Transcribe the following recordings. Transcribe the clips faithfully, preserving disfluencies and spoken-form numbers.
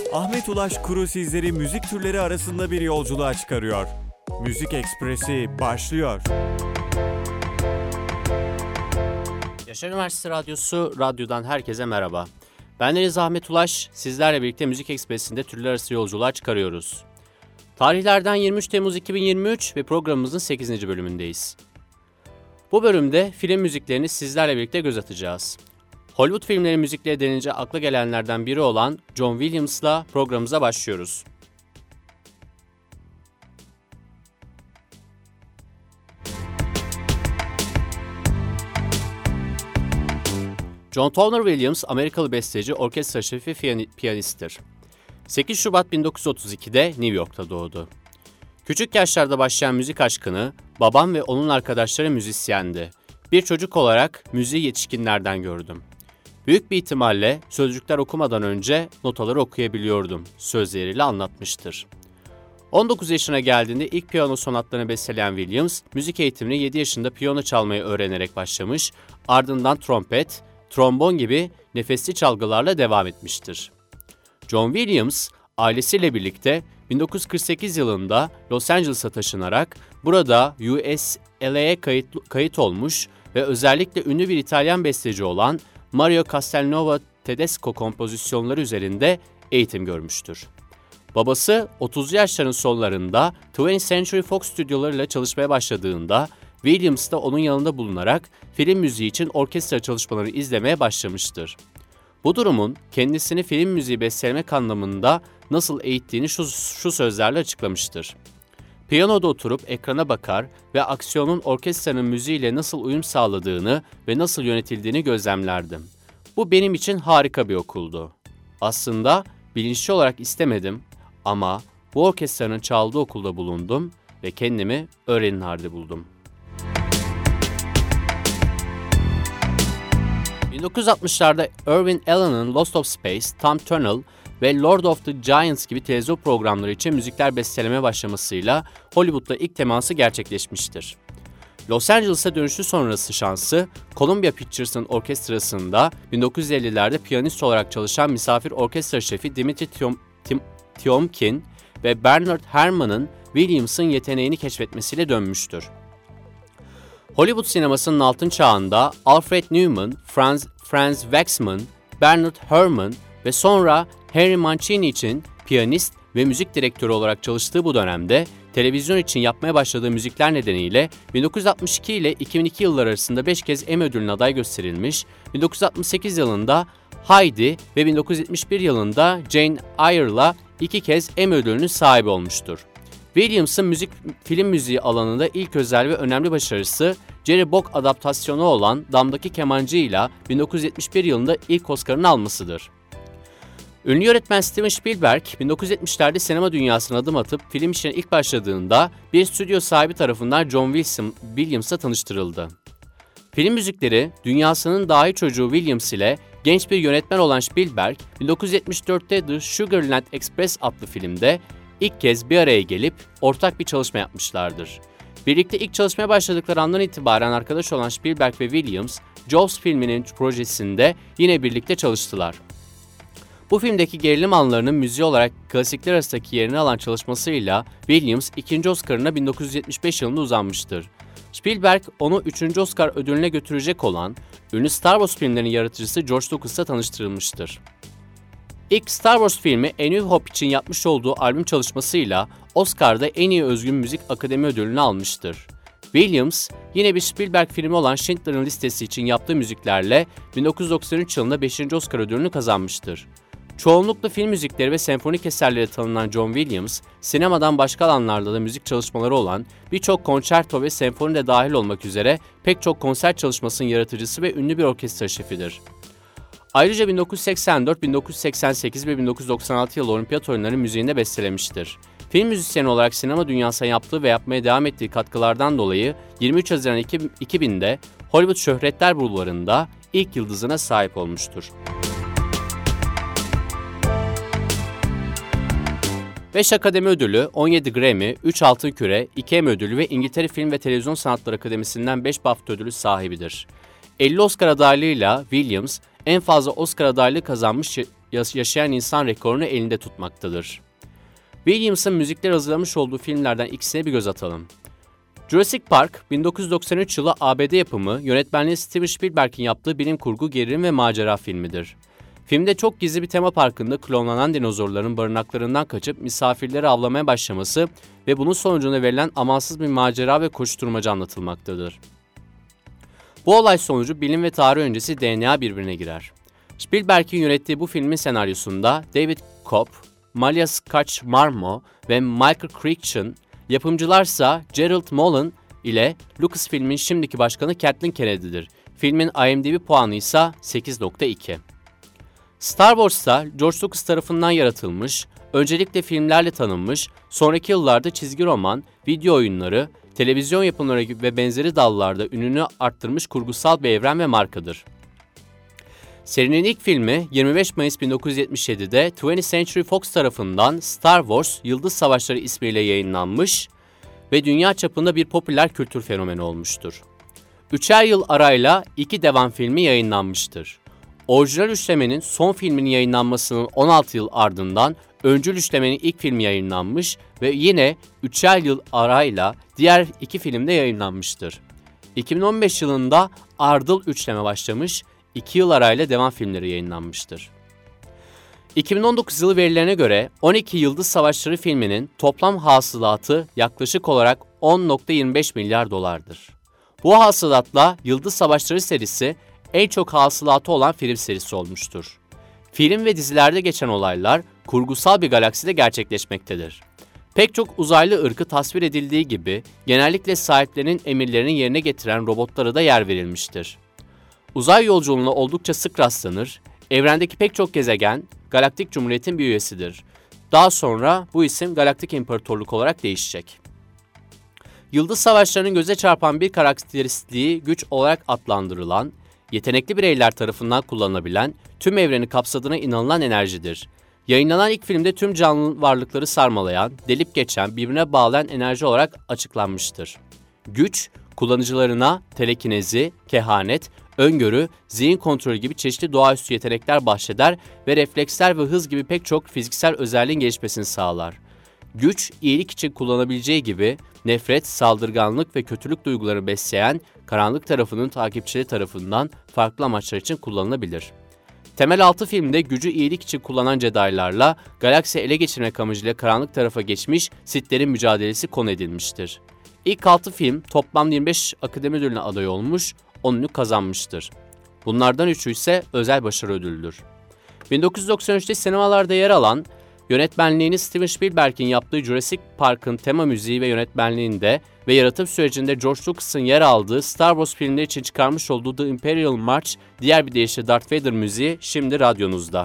Ahmet Ulaş Kuru sizleri müzik türleri arasında bir yolculuğa çıkarıyor. Müzik Ekspresi başlıyor. Yaşar Üniversitesi Radyosu, radyodan herkese merhaba. Bendeniz Ahmet Ulaş, sizlerle birlikte Müzik Ekspresi'nde türler arası yolculuğa çıkarıyoruz. Tarihlerden yirmi üç Temmuz iki bin yirmi üç ve programımızın sekizinci bölümündeyiz. Bu bölümde film müziklerini sizlerle birlikte göz atacağız. Hollywood filmleri müzikleri denince akla gelenlerden biri olan John Williams'la programımıza başlıyoruz. John Towner Williams, Amerikalı besteci, orkestra şefi ve piyanisttir. sekiz Şubat bin dokuz yüz otuz ikide New York'ta doğdu. Küçük yaşlarda başlayan müzik aşkını, babam ve onun arkadaşları müzisyendi. Bir çocuk olarak müziği yetişkinlerden gördüm. Büyük bir ihtimalle sözcükler okumadan önce notaları okuyabiliyordum, sözleriyle anlatmıştır. on dokuz yaşına geldiğinde ilk piyano sonatlarını besteleyen Williams, müzik eğitimini yedi yaşında piyano çalmayı öğrenerek başlamış, ardından trompet, trombon gibi nefesli çalgılarla devam etmiştir. John Williams, ailesiyle birlikte bin dokuz yüz kırk sekiz yılında Los Angeles'a taşınarak burada U S L A'ya kayıt, kayıt olmuş ve özellikle ünlü bir İtalyan besteci olan Mario Castelnuovo Tedesco kompozisyonları üzerinde eğitim görmüştür. Babası otuzlu yaşların sonlarında twentieth Century Fox stüdyolarıyla çalışmaya başladığında Williams da onun yanında bulunarak film müziği için orkestra çalışmaları izlemeye başlamıştır. Bu durumun kendisini film müziği bestelemek anlamında nasıl eğittiğini şu, şu sözlerle açıklamıştır. Piyanoda oturup ekrana bakar ve aksiyonun orkestranın müziğiyle nasıl uyum sağladığını ve nasıl yönetildiğini gözlemlerdim. Bu benim için harika bir okuldu. Aslında bilinçli olarak istemedim ama bu orkestranın çaldığı okulda bulundum ve kendimi öğrenin hardi buldum. bin dokuz yüz altmışlarda Irving Allen'ın Lost of Space, Tom Tunnel ve Lord of the Giants gibi televizyon programları için müzikler bestelemeye başlamasıyla Hollywood'da ilk teması gerçekleşmiştir. Los Angeles'a dönüşü sonrası şansı, Columbia Pictures'ın orkestrasında bin dokuz yüz ellilerde piyanist olarak çalışan misafir orkestra şefi Dimitri Tiom- Tim- Tiomkin ve Bernard Herrmann'ın Williams'ın yeteneğini keşfetmesiyle dönmüştür. Hollywood sinemasının altın çağında Alfred Newman, Franz, Franz Waxman, Bernard Herrmann ve sonra Henry Mancini için piyanist ve müzik direktörü olarak çalıştığı bu dönemde televizyon için yapmaya başladığı müzikler nedeniyle bin dokuz yüz altmış iki ile iki bin iki yılları arasında beş kez Emmy ödülüne aday gösterilmiş, bin dokuz yüz altmış sekiz yılında Heidi ve bin dokuz yüz yetmiş bir yılında Jane Eyre'la iki kez Emmy ödülünün sahibi olmuştur. Williams'ın müzik film müziği alanında ilk özel ve önemli başarısı Jerry Bock adaptasyonu olan Damdaki Kemancı'yla bin dokuz yüz yetmiş bir yılında ilk Oscar'ını almasıdır. Ünlü yönetmen Steven Spielberg, bin dokuz yüz yetmişlerde sinema dünyasına adım atıp film işine ilk başladığında bir stüdyo sahibi tarafından John Williams'a tanıştırıldı. Film müzikleri, dünyasının dahi çocuğu Williams ile genç bir yönetmen olan Spielberg, bin dokuz yüz yetmiş dörtte The Sugarland Express adlı filmde ilk kez bir araya gelip ortak bir çalışma yapmışlardır. Birlikte ilk çalışmaya başladıkları andan itibaren arkadaş olan Spielberg ve Williams, Jaws filminin projesinde yine birlikte çalıştılar. Bu filmdeki gerilim anlarının müziği olarak klasikler arasındaki yerini alan çalışmasıyla Williams ikinci Oscar'ına bin dokuz yüz yetmiş beş yılında uzanmıştır. Spielberg onu üçüncü Oscar ödülüne götürecek olan ünlü Star Wars filmlerinin yaratıcısı George Lucas'la tanıştırılmıştır. İlk Star Wars filmi A New Hope için yapmış olduğu albüm çalışmasıyla Oscar'da en iyi özgün müzik akademi ödülünü almıştır. Williams, yine bir Spielberg filmi olan Schindler'ın Listesi için yaptığı müziklerle bin dokuz yüz doksan üç yılında beşinci Oscar ödülünü kazanmıştır. Çoğunlukla film müzikleri ve senfonik eserleri tanınan John Williams, sinemadan başka alanlarda da müzik çalışmaları olan birçok konçerto ve senfoni de dahil olmak üzere pek çok konser çalışmasının yaratıcısı ve ünlü bir orkestra şefidir. Ayrıca bin dokuz yüz seksen dört, bin dokuz yüz seksen sekiz ve bin dokuz yüz doksan altı yılı olimpiyat oyunlarının müziğini de bestelemiştir. Film müzisyeni olarak sinema dünyasına yaptığı ve yapmaya devam ettiği katkılardan dolayı yirmi üç Haziran iki binde Hollywood Şöhretler Bulvarı'nda ilk yıldızına sahip olmuştur. beş Akademi Ödülü, on yedi Grammy, üç Altın Küre, iki Emmy Ödülü ve İngiltere Film ve Televizyon Sanatları Akademisi'nden beş BAFTA ödülü sahibidir. elli Oscar adaylığıyla Williams, en fazla Oscar adaylığı kazanmış yaşayan insan rekorunu elinde tutmaktadır. Williams'ın müzikler hazırlamış olduğu filmlerden ikisine bir göz atalım. Jurassic Park, bin dokuz yüz doksan üç yılı A B D yapımı, yönetmenliği Steven Spielberg'in yaptığı bilim kurgu gerilim ve macera filmidir. Filmde çok gizli bir tema parkında klonlanan dinozorların barınaklarından kaçıp misafirleri avlamaya başlaması ve bunun sonucunda verilen amansız bir macera ve koşturmaca anlatılmaktadır. Bu olay sonucu bilim ve tarih öncesi D N A birbirine girer. Spielberg'in yönettiği bu filmin senaryosunda David Koepp, Malia Scacch-Marmo ve Michael Crichton, yapımcılarsa Gerald Molan ile Lucasfilm'in şimdiki başkanı Kathleen Kennedy'dir. Filmin I M D B puanı ise sekiz nokta iki. Star Wars'ta George Lucas tarafından yaratılmış, öncelikle filmlerle tanınmış, sonraki yıllarda çizgi roman, video oyunları, televizyon yapımları ve benzeri dallarda ününü arttırmış kurgusal bir evren ve markadır. Serinin ilk filmi yirmi beş Mayıs bin dokuz yüz yetmiş yedi'de twentieth Century Fox tarafından Star Wars Yıldız Savaşları ismiyle yayınlanmış ve dünya çapında bir popüler kültür fenomeni olmuştur. Üçer yıl arayla iki devam filmi yayınlanmıştır. Orijinal üçlemenin son filminin yayınlanmasının on altı yıl ardından öncül üçlemenin ilk filmi yayınlanmış ve yine üçer yıl arayla diğer iki film de yayınlanmıştır. iki bin on beş yılında ardıl üçleme başlamış, iki yıl arayla devam filmleri yayınlanmıştır. iki bin on dokuz yılı verilerine göre on iki Yıldız Savaşları filminin toplam hasılatı yaklaşık olarak on nokta yirmi beş milyar dolardır. Bu hasılatla Yıldız Savaşları serisi en çok hasılatı olan film serisi olmuştur. Film ve dizilerde geçen olaylar kurgusal bir galakside gerçekleşmektedir. Pek çok uzaylı ırkı tasvir edildiği gibi genellikle sahiplerinin emirlerini yerine getiren robotlara da yer verilmiştir. Uzay yolculuğuna oldukça sık rastlanır, evrendeki pek çok gezegen Galaktik Cumhuriyet'in bir üyesidir. Daha sonra bu isim Galaktik İmparatorluk olarak değişecek. Yıldız Savaşları'nın göze çarpan bir karakteristiği güç olarak adlandırılan, yetenekli bireyler tarafından kullanılabilen, tüm evreni kapsadığına inanılan enerjidir. Yayınlanan ilk filmde tüm canlı varlıkları sarmalayan, delip geçen, birbirine bağlayan enerji olarak açıklanmıştır. Güç, kullanıcılarına telekinezi, kehanet, öngörü, zihin kontrolü gibi çeşitli doğaüstü yetenekler bahşeder ve refleksler ve hız gibi pek çok fiziksel özelliğin gelişmesini sağlar. Güç, iyilik için kullanabileceği gibi nefret, saldırganlık ve kötülük duyguları besleyen karanlık tarafının takipçileri tarafından farklı amaçlar için kullanılabilir. Temel altı filmde gücü iyilik için kullanan Jedi'larla galaksi ele geçirmek amacıyla karanlık tarafa geçmiş Sith'lerin mücadelesi konu edilmiştir. İlk altı film toplam yirmi beş Akademi Ödülü'ne aday olmuş, onunu kazanmıştır. Bunlardan üçü ise özel başarı ödülüdür. bin dokuz yüz doksan üç'te sinemalarda yer alan, yönetmenliğini Steven Spielberg'in yaptığı Jurassic Park'ın tema müziği ve yönetmenliğinde ve yaratım sürecinde George Lucas'ın yer aldığı Star Wars filmleri için çıkarmış olduğu The Imperial March, diğer bir deyişle Darth Vader müziği şimdi radyonuzda.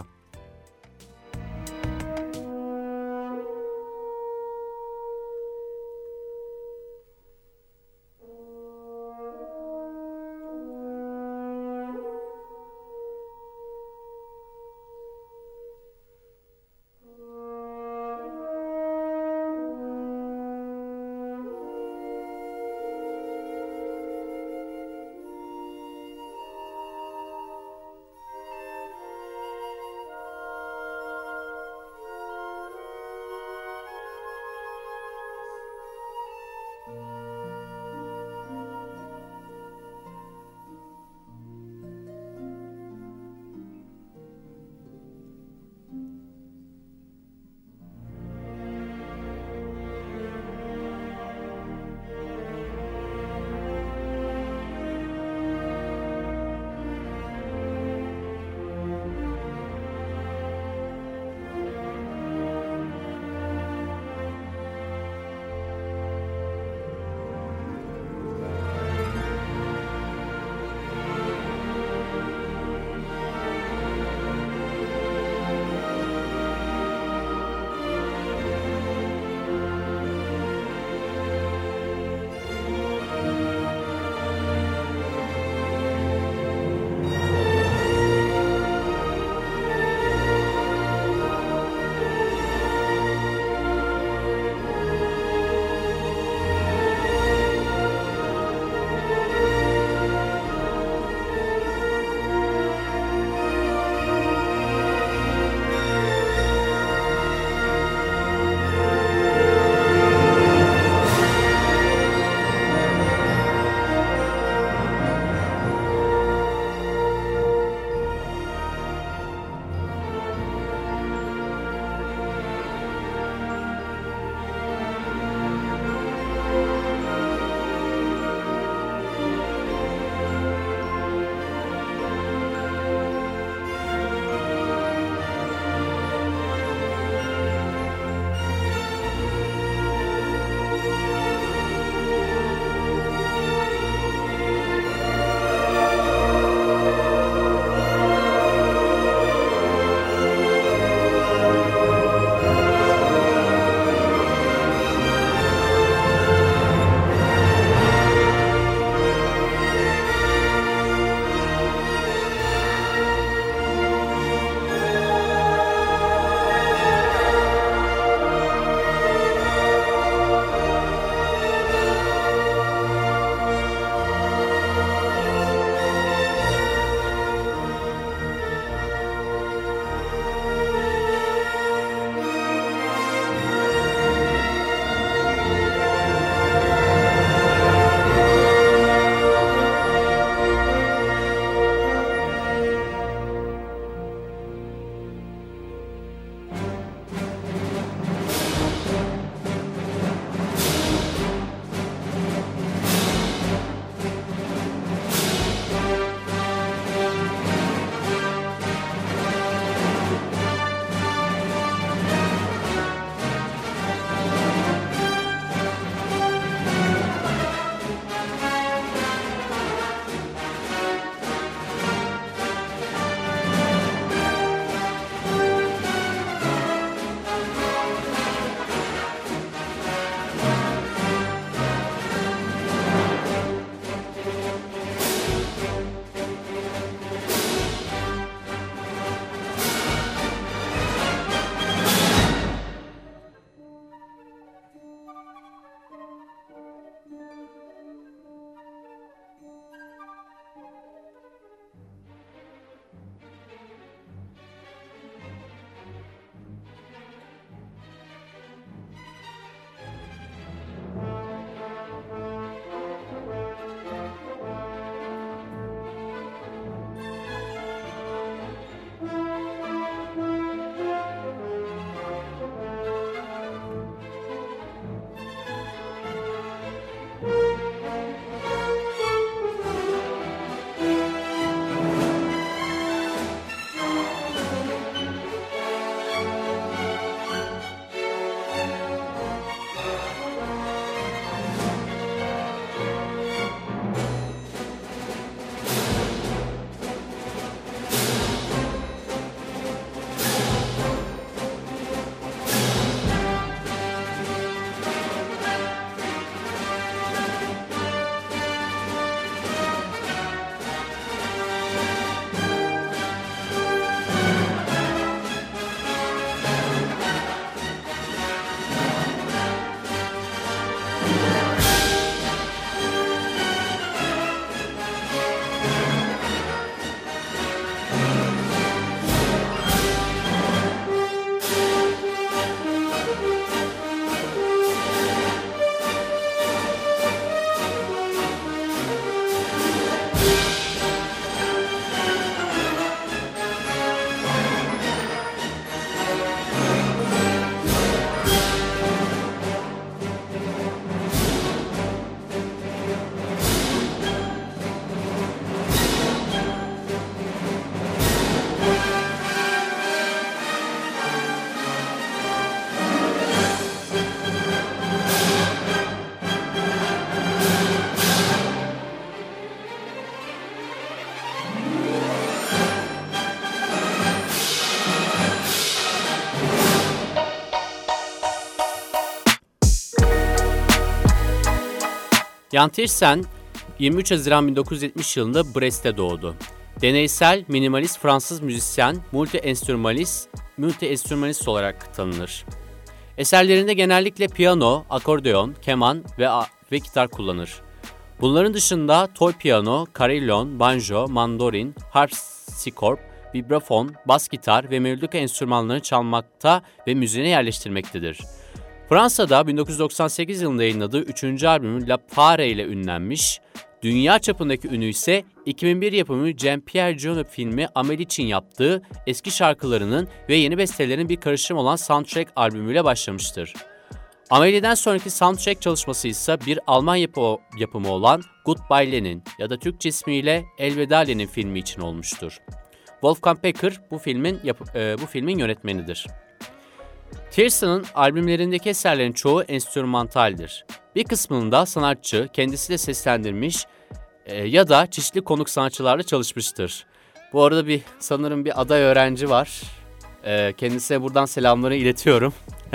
Jan Tiersen yirmi üç Haziran bin dokuz yüz yetmiş yılında Brest'te doğdu. Deneysel, minimalist Fransız müzisyen, multi-enstrümanist, multi-enstrümanist olarak tanınır. Eserlerinde genellikle piyano, akordeon, keman ve, ve gitar kullanır. Bunların dışında toy piyano, carillon, banjo, mandorin, harpsikorp, vibrafon, bas gitar ve melodik enstrümanlarını çalmakta ve müziğine yerleştirmektedir. Fransa'da bin dokuz yüz doksan sekiz yılında yayınladığı üçüncü albümü La Pare ile ünlenmiş, dünya çapındaki ünü ise iki bin bir yapımı Jean-Pierre Jeunet filmi Amélie için yaptığı eski şarkılarının ve yeni bestelerin bir karışım olan soundtrack albümüyle başlamıştır. Amélie'den sonraki soundtrack çalışması ise bir Alman yapı, yapımı olan Goodbye Lenin ya da Türkçe ismiyle Elveda Lenin filmi için olmuştur. Wolfgang Becker bu filmin yap- e, bu filmin yönetmenidir. Tiersen'ın albümlerindeki eserlerin çoğu enstrümantaldir. Bir kısmını da sanatçı kendisi de seslendirmiş e, ya da çeşitli konuk sanatçılarla çalışmıştır. Bu arada bir sanırım bir aday öğrenci var. E, kendisine buradan selamları iletiyorum.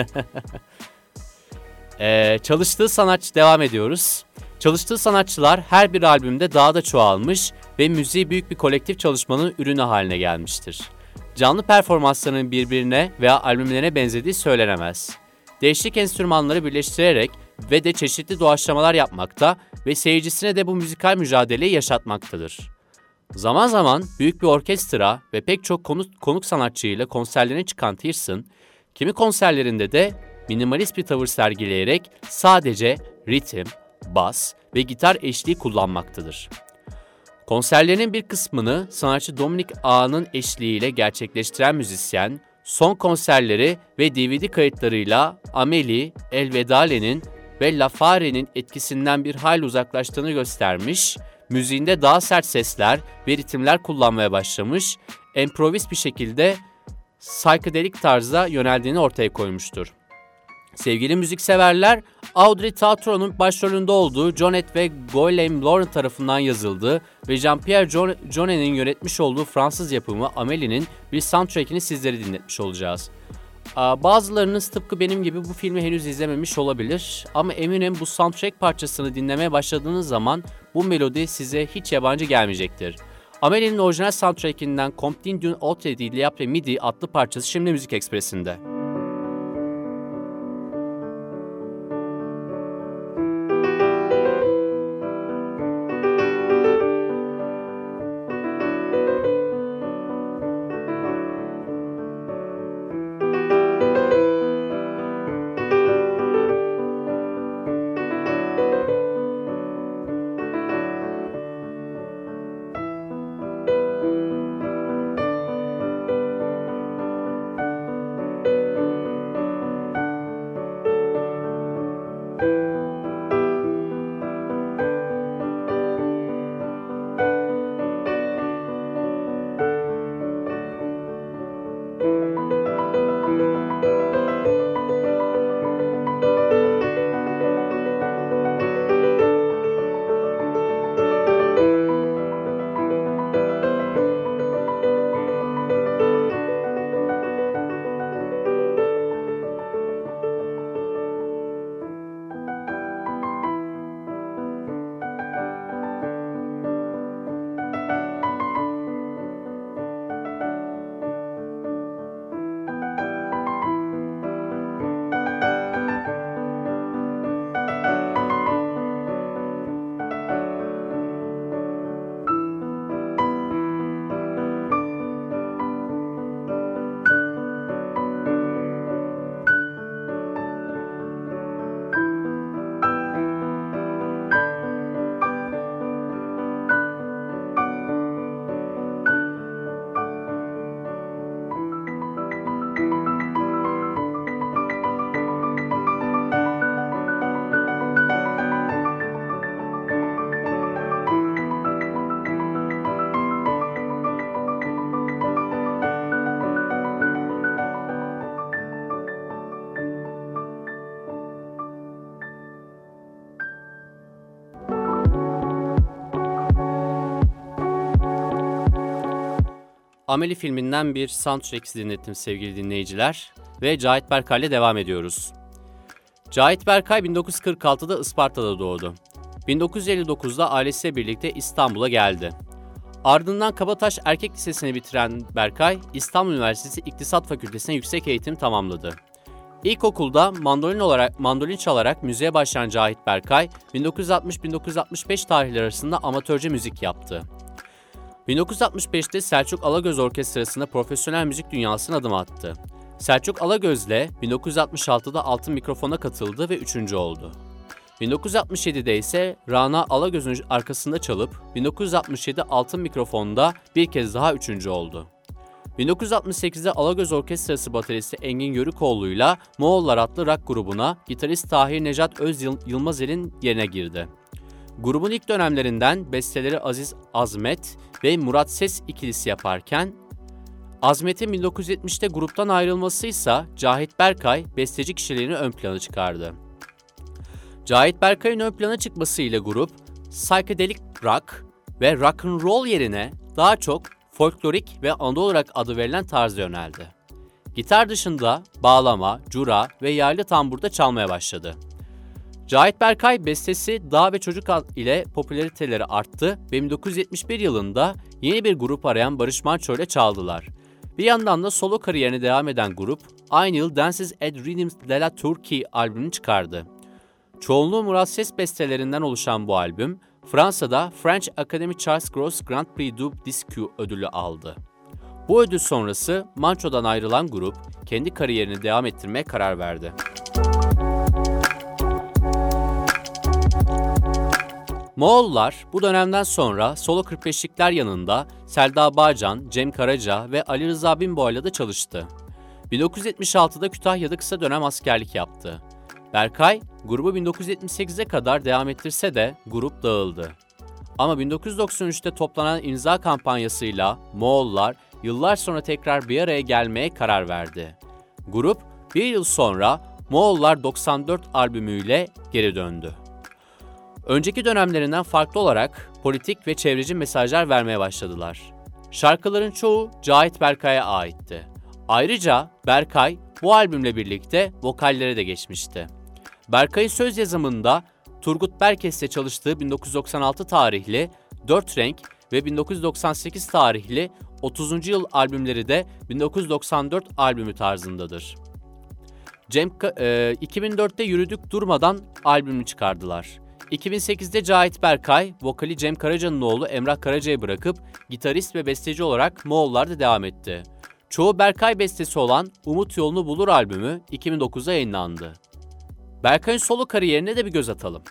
e, çalıştığı sanatçı devam ediyoruz. Çalıştığı sanatçılar her bir albümde daha da çoğalmış ve müziği büyük bir kolektif çalışmanın ürünü haline gelmiştir. Canlı performanslarının birbirine veya albümlerine benzediği söylenemez. Değişik enstrümanları birleştirerek ve de çeşitli doğaçlamalar yapmakta ve seyircisine de bu müzikal mücadeleyi yaşatmaktadır. Zaman zaman büyük bir orkestra ve pek çok konuk, konuk sanatçıyla konserlerine çıkan Tiersen, kimi konserlerinde de minimalist bir tavır sergileyerek sadece ritim, bas ve gitar eşliği kullanmaktadır. Konserlerinin bir kısmını sanatçı Dominic A'nın eşliğiyle gerçekleştiren müzisyen, son konserleri ve D V D kayıtlarıyla Amélie, Elveda Lenin ve La Fare'nin etkisinden bir hayli uzaklaştığını göstermiş, müziğinde daha sert sesler ve ritimler kullanmaya başlamış, improvist bir şekilde psychedelic tarza yöneldiğini ortaya koymuştur. Sevgili müzikseverler, Audrey Tautou başrolünde olduğu Jeunet ve Guillaume Laurent tarafından yazıldığı ve Jean-Pierre Jeunet'in yönetmiş olduğu Fransız yapımı Amélie'nin bir soundtrack'ini sizlere dinletmiş olacağız. Bazılarınız tıpkı benim gibi bu filmi henüz izlememiş olabilir ama eminim bu soundtrack parçasını dinlemeye başladığınız zaman bu melodi size hiç yabancı gelmeyecektir. Amélie'nin orijinal soundtrack'inden Comptine d'une autre diable midi adlı parçası şimdi Müzik Ekspresi'nde. Amélie filminden bir soundtrack dinlettim sevgili dinleyiciler ve Cahit Berkay ile devam ediyoruz. Cahit Berkay bin dokuz yüz kırk altıda Isparta'da doğdu. bin dokuz yüz elli dokuzda ailesiyle birlikte İstanbul'a geldi. Ardından Kabataş Erkek Lisesi'ni bitiren Berkay, İstanbul Üniversitesi İktisat Fakültesi'ne yüksek eğitim tamamladı. İlkokulda mandolin olarak mandolin çalarak müziğe başlayan Cahit Berkay, bin dokuz yüz altmış - bin dokuz yüz altmış beş tarihleri arasında amatörce müzik yaptı. bin dokuz yüz altmış beşte Selçuk Alagöz Orkestrası'nda profesyonel müzik dünyasına adım attı. Selçuk Alagöz'le bin dokuz yüz altmış altıda Altın Mikrofon'a katıldı ve üçüncü oldu. bin dokuz yüz altmış yedide ise Rana Alagöz'ün arkasında çalıp bin dokuz yüz altmış yedi Altın Mikrofon'da bir kez daha üçüncü oldu. bin dokuz yüz altmış sekizde Alagöz Orkestrası bateristi Engin Yörükoğlu'yla Moğollar adlı rock grubuna gitarist Tahir Necat Öz Yılmazel'in yerine girdi. Grubun ilk dönemlerinden besteleri Aziz Azmet ve Murat Ses ikilisi yaparken, Azmet'in bin dokuz yüz yetmişte gruptan ayrılmasıysa Cahit Berkay besteci kişiliğini ön plana çıkardı. Cahit Berkay'ın ön plana çıkmasıyla grup, psychedelic rock ve rock and roll yerine daha çok folklorik ve Anadolu rock adı verilen tarza yöneldi. Gitar dışında bağlama, cura ve yaylı tamburda çalmaya başladı. Cahit Berkay bestesi Dağ ve Çocuk ile popülariteleri arttı ve bin dokuz yüz yetmiş bir yılında yeni bir grup arayan Barış Manço ile çaldılar. Bir yandan da solo kariyerine devam eden grup, aynı yıl Dances at Rhythms de la Turquie albümünü çıkardı. Çoğunluğu Murat Ses bestelerinden oluşan bu albüm, Fransa'da French Academy Charles Gros Grand Prix du Disque ödülü aldı. Bu ödül sonrası Manço'dan ayrılan grup, kendi kariyerini devam ettirmeye karar verdi. Moğollar bu dönemden sonra solo kırk beşlikler yanında Selda Bağcan, Cem Karaca ve Ali Rıza Binboğa'yla da çalıştı. bin dokuz yüz yetmiş altıda Kütahya'da kısa dönem askerlik yaptı. Berkay, grubu bin dokuz yüz yetmiş sekize kadar devam ettirse de grup dağıldı. Ama bin dokuz yüz doksan üçte toplanan imza kampanyasıyla Moğollar yıllar sonra tekrar bir araya gelmeye karar verdi. Grup bir yıl sonra Moğollar doksan dört albümüyle geri döndü. Önceki dönemlerinden farklı olarak politik ve çevreci mesajlar vermeye başladılar. Şarkıların çoğu Cahit Berkay'a aitti. Ayrıca Berkay bu albümle birlikte vokallere de geçmişti. Berkay'ın söz yazımında Turgut Berkes'le çalıştığı bin dokuz yüz doksan altı tarihli Dört Renk ve bin dokuz yüz doksan sekiz tarihli otuzuncu yıl albümleri de bin dokuz yüz doksan dört albümü tarzındadır. Cem, e, iki bin dörtte Yürüdük Durmadan albümünü çıkardılar. iki bin sekizde Cahit Berkay, vokali Cem Karaca'nın oğlu Emrah Karaca'yı bırakıp gitarist ve besteci olarak Moğollar'da devam etti. Çoğu Berkay bestesi olan Umut Yolunu Bulur albümü iki bin dokuzda yayınlandı. Berkay'ın solo kariyerine de bir göz atalım.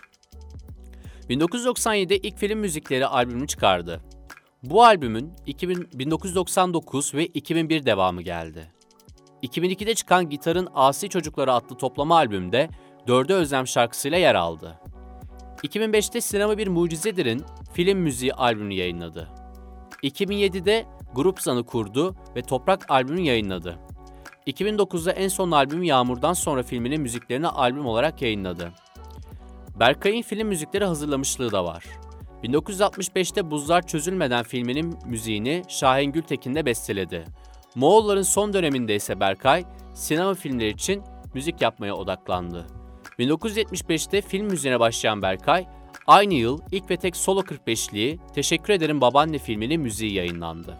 bin dokuz yüz doksan yedide ilk film müzikleri albümünü çıkardı. Bu albümün iki bin, bin dokuz yüz doksan dokuz ve iki bin bir devamı geldi. iki bin ikide çıkan Gitarın Asi Çocukları adlı toplama albümde Dörde Özlem şarkısıyla yer aldı. iki bin beşte Sinema Bir Mucizedir'in film müziği albümünü yayınladı. iki bin yedide Grup Zan'ı kurdu ve Toprak albümünü yayınladı. iki bin dokuzda en son albüm Yağmurdan Sonra filminin müziklerini albüm olarak yayınladı. Berkay'ın film müzikleri hazırlamışlığı da var. bin dokuz yüz altmış beşte Buzlar Çözülmeden filminin müziğini Şahin Gültekin besteledi. Moğolların son döneminde ise Berkay, sinema filmleri için müzik yapmaya odaklandı. bin dokuz yüz yetmiş beşte film müziğine başlayan Berkay, aynı yıl ilk ve tek solo kırk beşliği Teşekkür Ederim Babaanne filminin müziği yayınlandı.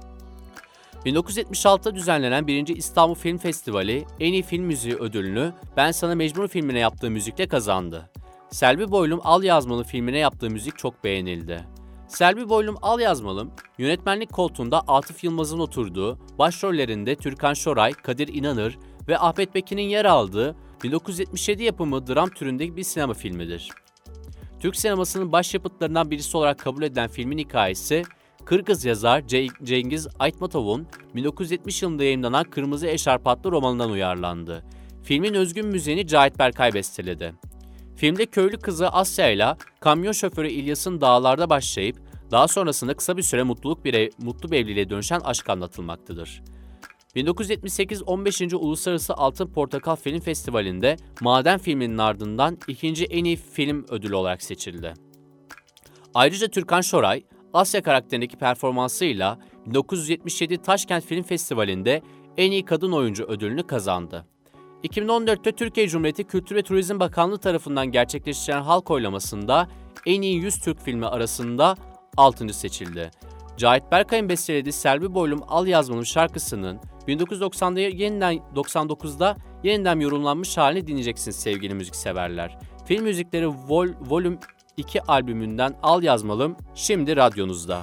bin dokuz yüz yetmiş altıda düzenlenen birinci İstanbul Film Festivali en iyi film müziği ödülünü Ben Sana Mecbur filmine yaptığı müzikle kazandı. Selvi Boylum Al Yazmalım filmine yaptığı müzik çok beğenildi. Selvi Boylum Al Yazmalım, yönetmenlik koltuğunda Atıf Yılmaz'ın oturduğu, başrollerinde Türkan Şoray, Kadir İnanır ve Ahmet Bekin'in yer aldığı bin dokuz yüz yetmiş yedi yapımı dram türündeki bir sinema filmidir. Türk sinemasının başyapıtlarından birisi olarak kabul edilen filmin hikayesi, Kırgız yazar Cengiz Aytmatov'un bin dokuz yüz yetmiş yılında yayımlanan Kırmızı Eşarp adlı romanından uyarlandı. Filmin özgün müziğini Cahit Berkay besteledi. Filmde köylü kızı Asya ile kamyon şoförü İlyas'ın dağlarda başlayıp daha sonrasında kısa bir süre mutluluk bir ev, mutlu bir evliliğe dönüşen aşk anlatılmaktadır. bin dokuz yüz yetmiş sekiz on beşinci Uluslararası Altın Portakal Film Festivali'nde Maden filminin ardından ikinci en iyi film ödülü olarak seçildi. Ayrıca Türkan Şoray, Asya karakterindeki performansıyla bin dokuz yüz yetmiş yedi Taşkent Film Festivali'nde en iyi kadın oyuncu ödülünü kazandı. iki bin on dörtte Türkiye Cumhuriyeti Kültür ve Turizm Bakanlığı tarafından gerçekleştirilen halk oylamasında en iyi yüz Türk filmi arasında altıncı seçildi. Cahit Berkay'ın bestelediği Selvi Boylum Al Yazmalım şarkısının bin dokuz yüz doksanda yeniden doksan dokuzda yeniden yorumlanmış halini dinleyeceksiniz sevgili müzikseverler. Film Müzikleri Vol, Volüm iki albümünden Al Yazmalım şimdi radyonuzda.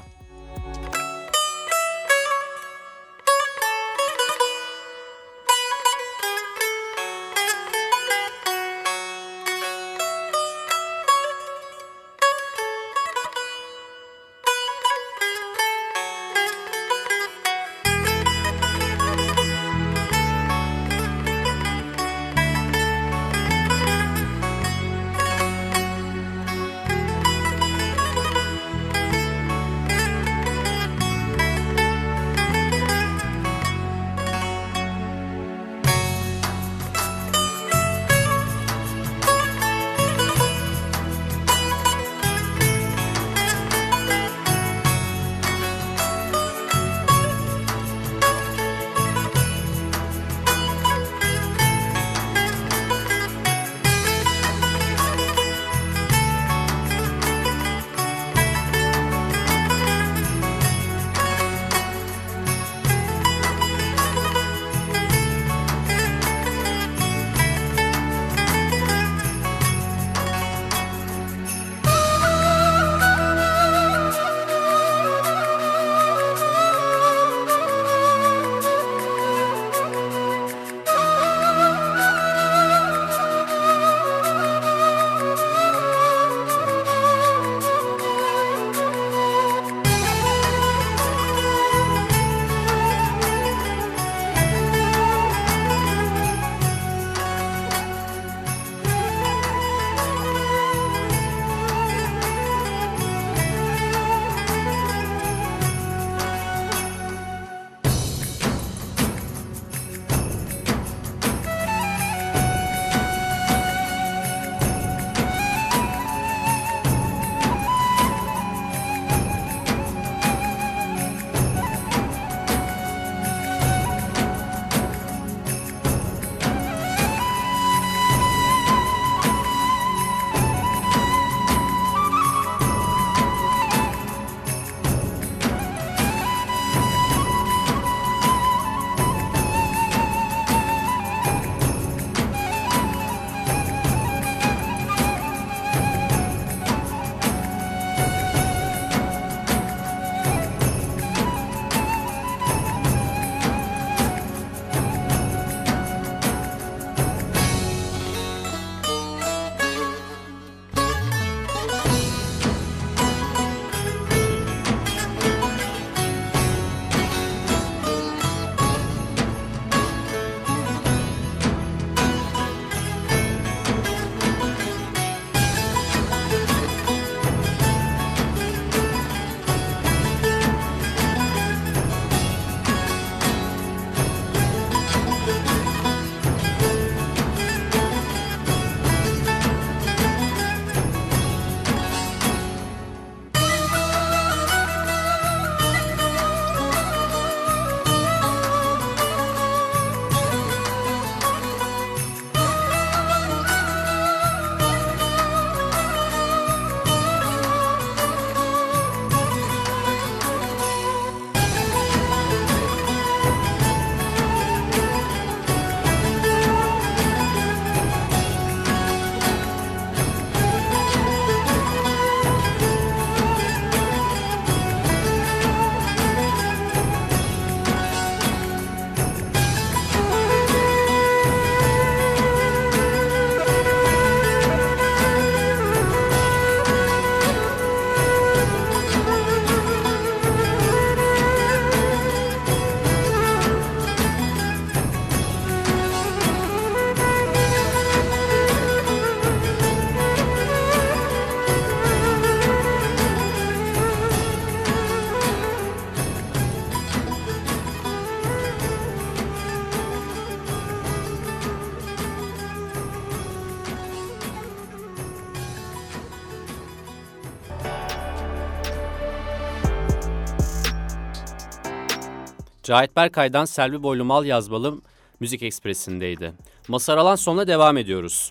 Cahit Berkay'dan Selvi Boylum Al Yazmalım Müzik Ekspresi'ndeydi. Mazhar Alan sonuna devam ediyoruz.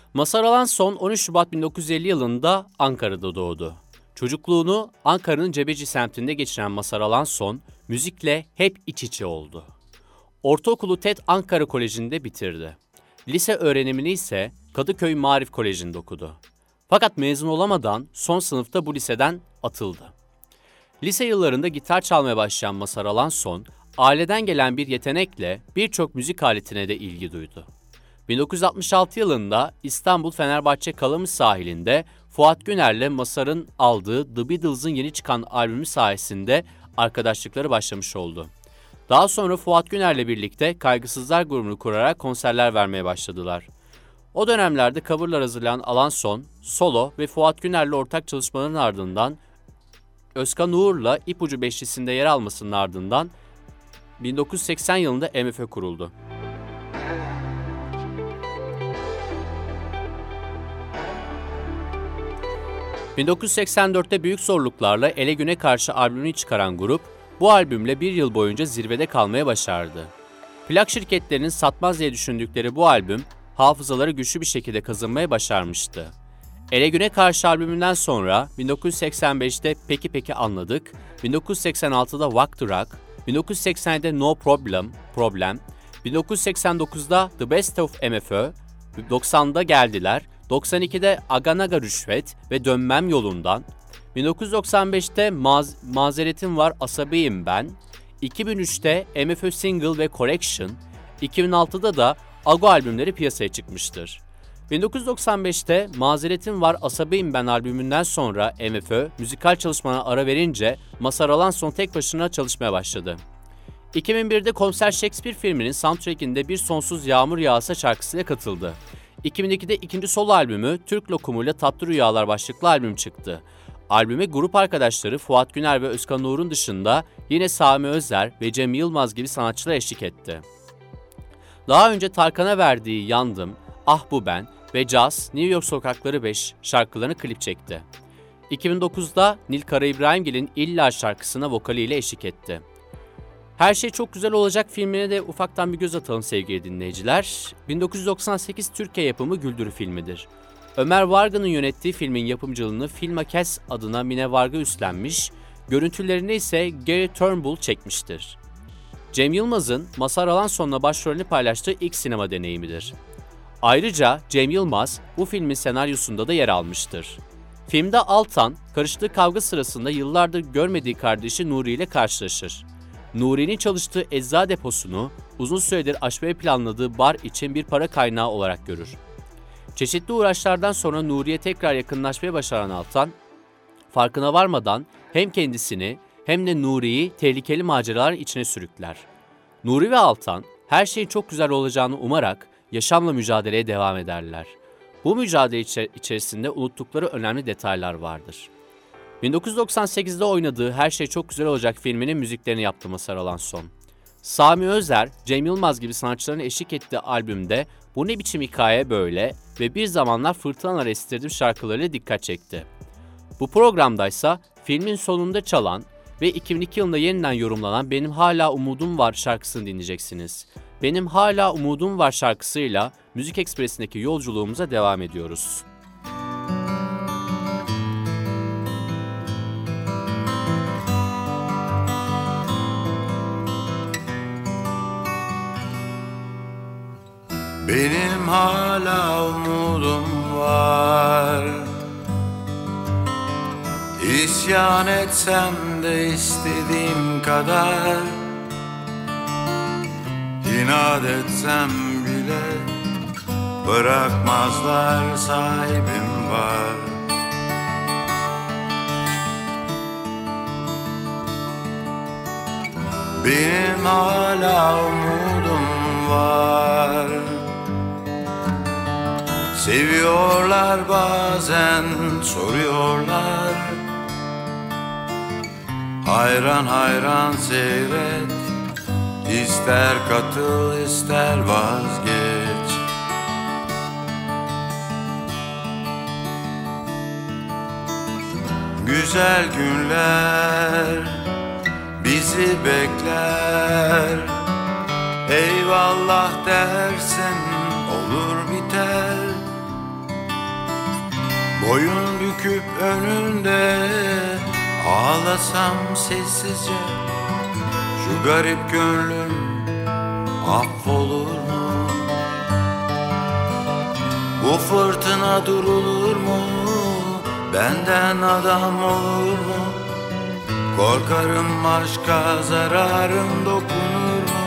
Mazhar Alanson on üç Şubat bin dokuz yüz elli yılında Ankara'da doğdu. Çocukluğunu Ankara'nın Cebeci semtinde geçiren Mazhar Alanson, müzikle hep iç içe oldu. Ortaokulu TED Ankara Koleji'nde bitirdi. Lise öğrenimini ise Kadıköy Maarif Koleji'nde okudu. Fakat mezun olamadan son sınıfta bu liseden atıldı. Lise yıllarında gitar çalmaya başlayan Mazhar Alanson, aileden gelen bir yetenekle birçok müzik aletine de ilgi duydu. bin dokuz yüz altmış altı yılında İstanbul Fenerbahçe Kalamış sahilinde Fuat Güner'le Mazhar'ın aldığı The Beatles'ın yeni çıkan albümü sayesinde arkadaşlıkları başlamış oldu. Daha sonra Fuat Güner'le birlikte Kaygısızlar grubunu kurarak konserler vermeye başladılar. O dönemlerde coverlar hazırlayan Alanson, solo ve Fuat Güner'le ortak çalışmaların ardından Özkan Uğur'la İpucu Beşlisi'nde yer almasının ardından bin dokuz yüz seksen yılında M F Ö kuruldu. bin dokuz yüz seksen dörtte büyük zorluklarla Ele Güne Karşı albümünü çıkaran grup, bu albümle bir yıl boyunca zirvede kalmayı başardı. Plak şirketlerinin satmaz diye düşündükleri bu albüm, hafızaları güçlü bir şekilde kazanmayı başarmıştı. Ele Güne Karşı albümünden sonra bin dokuz yüz seksen beşte Peki Peki Anladık, bin dokuz yüz seksen altıda Walk the Rock, bin dokuz yüz seksen yedide No Problem, Problem, bin dokuz yüz seksen dokuzda The Best of M F Ö, doksanda Geldiler, doksan ikide Aganaga Rüşvet ve Dönmem Yolundan, bin dokuz yüz doksan beşte Maz- Mazeretim Var Asabiyim Ben, iki bin üçte M F Ö Single ve Correction, iki bin altıda da Ago albümleri piyasaya çıkmıştır. bin dokuz yüz doksan beşte Mazeretim Var Asabiyim Ben albümünden sonra M F Ö müzikal çalışmalarına ara verince Mazhar Alanson tek başına çalışmaya başladı. iki bin birde Komiser Shakespeare filminin soundtrack'inde Bir Sonsuz Yağmur Yağsa şarkısıyla katıldı. iki bin ikide ikinci solo albümü Türk Lokumuyla Tatlı Rüyalar başlıklı albüm çıktı. Albüme grup arkadaşları Fuat Güner ve Özkan Uğur'un dışında yine Sami Özer ve Cem Yılmaz gibi sanatçılar eşlik etti. Daha önce Tarkan'a verdiği Yandım, Ah Bu Ben ve Caz, New York Sokakları beş şarkılarını klip çekti. iki bin dokuzda Nil Karaibrahimgil'in İlla şarkısına vokaliyle eşlik etti. Her Şey Çok Güzel Olacak filmine de ufaktan bir göz atalım sevgili dinleyiciler. bin dokuz yüz doksan sekiz Türkiye yapımı güldürü filmidir. Ömer Vargan'ın yönettiği filmin yapımcılığını Filma Kes adına Mine Varga üstlenmiş, görüntülerini ise Gary Turnbull çekmiştir. Cem Yılmaz'ın Mazhar Alanson'la başrolünü paylaştığı ilk sinema deneyimidir. Ayrıca Cem Yılmaz bu filmin senaryosunda da yer almıştır. Filmde Altan, karıştığı kavga sırasında yıllardır görmediği kardeşi Nuri ile karşılaşır. Nuri'nin çalıştığı ecza deposunu uzun süredir açmayı planladığı bar için bir para kaynağı olarak görür. Çeşitli uğraşlardan sonra Nuri'ye tekrar yakınlaşmaya başaran Altan, farkına varmadan hem kendisini hem de Nuri'yi tehlikeli maceraların içine sürükler. Nuri ve Altan her şeyin çok güzel olacağını umarak yaşamla mücadeleye devam ederler. Bu mücadele içer- içerisinde unuttukları önemli detaylar vardır. bin dokuz yüz doksan sekizde oynadığı Her Şey Çok Güzel Olacak filminin müziklerini yaptı Mazhar Alanson. Sami Özer, Cem Yılmaz gibi sanatçıların eşlik ettiği albümde Bu Ne Biçim Hikaye Böyle ve Bir Zamanlar Fırtınalar Estirdim şarkılarıyla dikkat çekti. Bu programdaysa filmin sonunda çalan ve iki bin iki yılında yeniden yorumlanan Benim Hala Umudum Var şarkısını dinleyeceksiniz. Benim Hala Umudum Var şarkısıyla Müzik Ekspresi'ndeki yolculuğumuza devam ediyoruz. Benim hala umudum var. İsyan etsem de istediğim kadar, İnat etsem bile bırakmazlar, sahibim var. Benim hala umudum var. Seviyorlar bazen, soruyorlar. Hayran hayran seyret, İster katıl ister vazgeç. Güzel günler bizi bekler. Eyvallah dersin olur biter. Boyun büküp önünde ağlasam sessizce, şu garip gönlüm affolur mu? Bu fırtına durulur mu? Benden adam olur mu? Korkarım aşka zararım dokunur mu?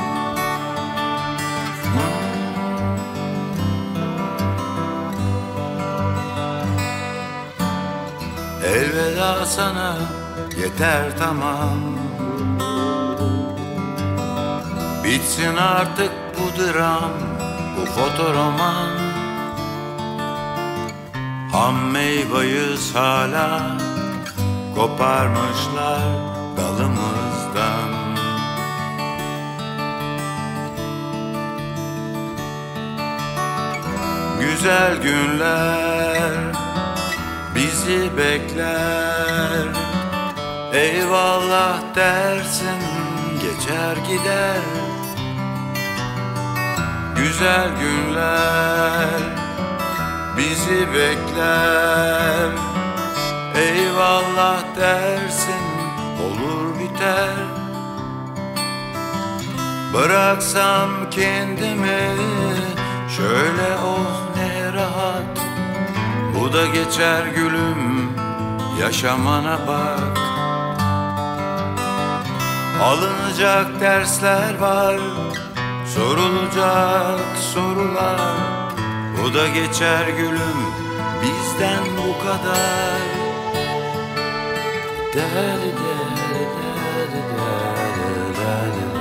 Elveda sana, yeter tamam. Bitsin artık bu dram, bu fotoroman. Ham meyveyiz hala, koparmışlar dalımızdan. Güzel günler bizi bekler, eyvallah dersin geçer gider. Güzel günler bizi bekler, eyvallah dersin olur biter. Bıraksam kendimi şöyle, oh ne rahat. Bu da geçer gülüm, yaşamana bak. Alınacak dersler var, sorulacak sorular. Bu da geçer gülüm, bizden bu kadar. Deli deli deli deli deli.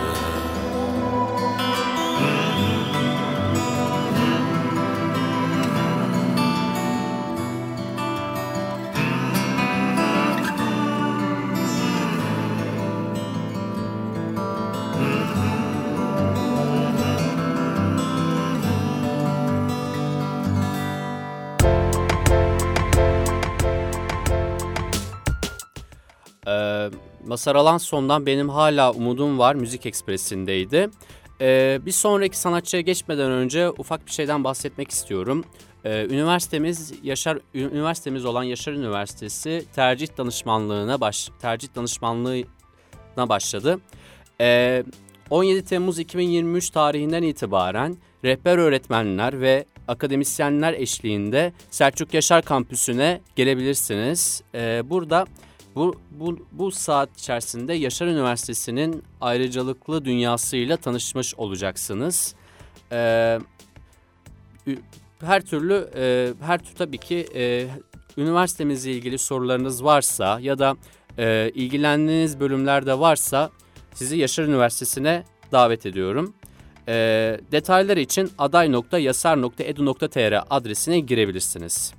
Ee, Mazhar Alanson'dan Benim Hala Umudum Var Müzik Ekspresi'ndeydi. Ee, bir sonraki sanatçıya geçmeden önce ufak bir şeyden bahsetmek istiyorum. Ee, üniversitemiz Yaşar üniversitemiz olan Yaşar Üniversitesi tercih danışmanlığına baş tercih danışmanlığına başladı. Ee, on yedi Temmuz iki bin yirmi üç tarihinden itibaren rehber öğretmenler ve akademisyenler eşliğinde Selçuk Yaşar Kampüsü'ne gelebilirsiniz. Ee, burada Bu, bu, bu saat içerisinde Yaşar Üniversitesi'nin ayrıcalıklı dünyasıyla tanışmış olacaksınız. Ee, her türlü, e, her türlü tabii ki e, üniversitemizle ilgili sorularınız varsa ya da e, ilgilendiğiniz bölümlerde varsa sizi Yaşar Üniversitesi'ne davet ediyorum. E, detaylar için aday nokta yasar nokta edu nokta tr adresine girebilirsiniz.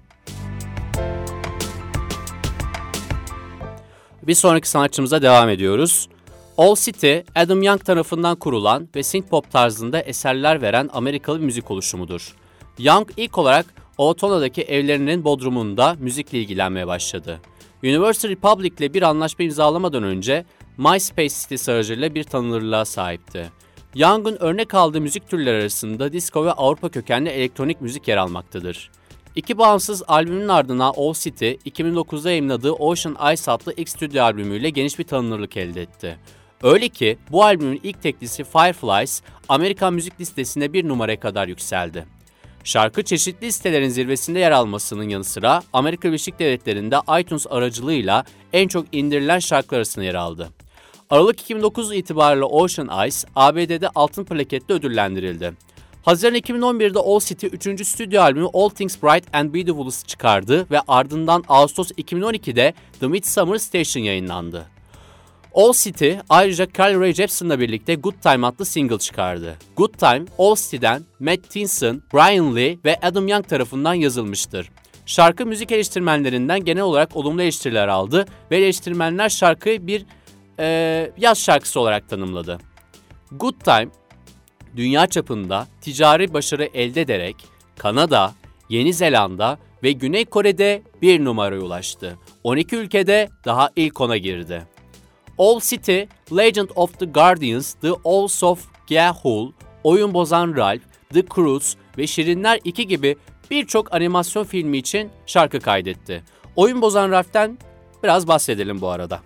Bir sonraki sanatçımıza devam ediyoruz. All City, Adam Young tarafından kurulan ve synthpop tarzında eserler veren Amerikalı bir müzik oluşumudur. Young ilk olarak Owatona'daki evlerinin bodrumunda müzikle ilgilenmeye başladı. Universal Republic ile bir anlaşma imzalamadan önce MySpace sitesi aracılığıyla bir tanınırlığa sahipti. Young'un örnek aldığı müzik türleri arasında disco ve Avrupa kökenli elektronik müzik yer almaktadır. İki bağımsız albümün ardından All City, iki bin dokuzda yayımladığı Ocean Eyes adlı ilk stüdyo albümüyle geniş bir tanınırlık elde etti. Öyle ki bu albümün ilk teklisi Fireflies, Amerikan müzik listesinde bir numaraya kadar yükseldi. Şarkı çeşitli listelerin zirvesinde yer almasının yanı sıra Amerika Birleşik Devletleri'nde iTunes aracılığıyla en çok indirilen şarkılar arasında yer aldı. Aralık iki bin dokuz itibariyle Ocean Eyes, A B D'de altın plaketle ödüllendirildi. Haziran iki bin on birde All City üçüncü stüdyo albümü All Things Bright and Beautiful'u çıkardı ve ardından Ağustos iki bin on ikide The Midsummer Station yayınlandı. All City ayrıca Carly Rae Jepsen'la birlikte Good Time adlı single çıkardı. Good Time, All City'den Matt Tinson, Brian Lee ve Adam Young tarafından yazılmıştır. Şarkı müzik eleştirmenlerinden genel olarak olumlu eleştiriler aldı ve eleştirmenler şarkıyı bir e, yaz şarkısı olarak tanımladı. Good Time, dünya çapında ticari başarı elde ederek Kanada, Yeni Zelanda ve Güney Kore'de bir numaraya ulaştı. on iki ülkede daha ilk ona girdi. All City, Legend of the Guardians, The Owls of Ga'Hoole, Oyun Bozan Ralph, The Croods ve Şirinler iki gibi birçok animasyon filmi için şarkı kaydetti. Oyun bozan Ralph'ten biraz bahsedelim bu arada.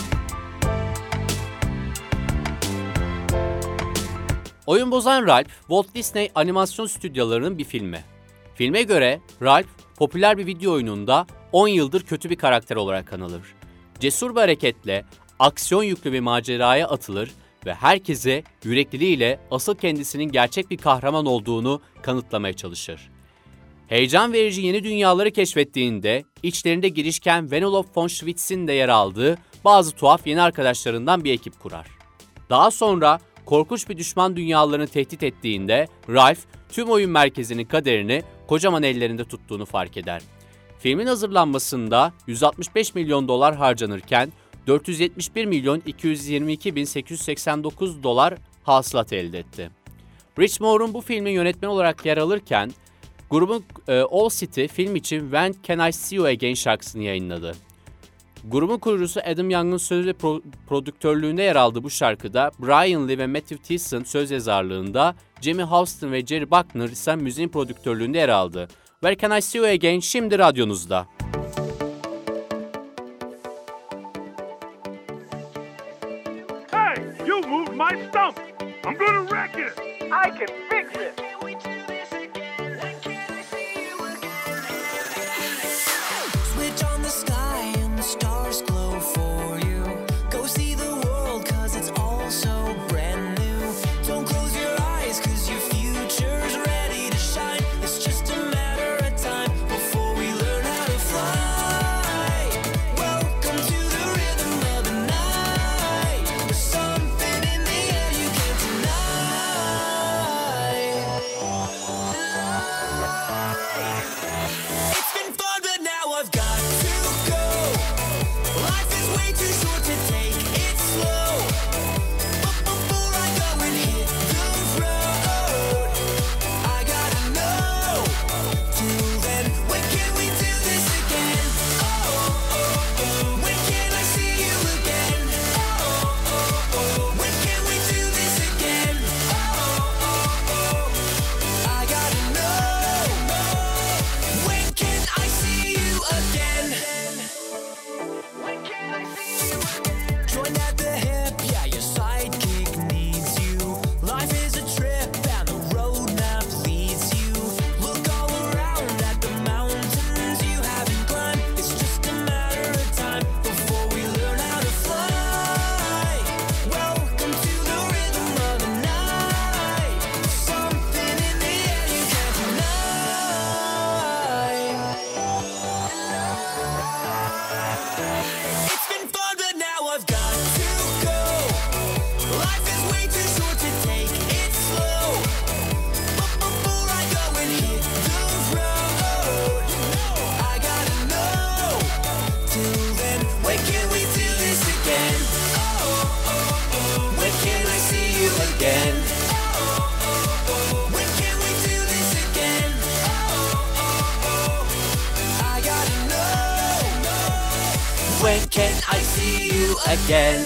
Oyun bozan Ralph, Walt Disney animasyon stüdyolarının bir filmi. Filme göre Ralph, popüler bir video oyununda on yıldır kötü bir karakter olarak anılır. Cesur bir hareketle, aksiyon yüklü bir maceraya atılır ve herkese yürekliliğiyle asıl kendisinin gerçek bir kahraman olduğunu kanıtlamaya çalışır. Heyecan verici yeni dünyaları keşfettiğinde, içlerinde girişken Vanellope von Schwitz'in de yer aldığı bazı tuhaf yeni arkadaşlarından bir ekip kurar. Daha sonra korkunç bir düşman dünyalarını tehdit ettiğinde Ralph, tüm oyun merkezinin kaderini kocaman ellerinde tuttuğunu fark eder. Filmin hazırlanmasında yüz altmış beş milyon dolar harcanırken dört yüz yetmiş bir milyon iki yüz yirmi iki bin sekiz yüz seksen dokuz dolar hasılat elde etti. Rich Moore'un bu filmin yönetmeni olarak yer alırken, grubun e, All City film için When Can I See You Again şarkısını yayınladı. Grubun kurucusu Adam Young'ın söz ve pro- prodüktörlüğünde yer aldığı bu şarkıda Brian Lee ve Matthew Thiessen söz yazarlığında, Jimmy Houston ve Jerry Buckner ise müziğin prodüktörlüğünde yer aldı. Where Can I See You Again şimdi radyonuzda. Hey, you moved my stump. I'm gonna wreck it. I can fix it. Switch on the sky and the stars glow for you. Go see the world cause it's all so brand new. Don't close your eyes cause your future's ready to shine. It's just a matter of time before we learn how to fly. Welcome to the rhythm of the night. There's something in the air you can't deny. It's been fun but now I've got to go. Life is way too short to take it slow. But before I go and hit the road, I gotta know. Till then, when can we do this again? Oh, oh, oh. When can I see you again? Oh, oh, oh. When can we do this again? Oh, oh, oh. I gotta know. When can I see you again? When can I see you again? Join at the hip, yeah, your sidekick needs you. Life is a trip and the roadmap leads you. Look all around at the mountains you haven't climbed. It's just a matter of time before we learn how to fly. Welcome to the rhythm of the night. Something in the air you can't deny. It's been fun, but now I've got to go. Life is way too short to take it slow. But before I go and hit the road, I gotta know. Till then, when can we do this again? Oh, oh, oh. When can I see you again? Oh, oh, oh. When can we do this again? Oh, oh, oh. I gotta know. When can I see you again?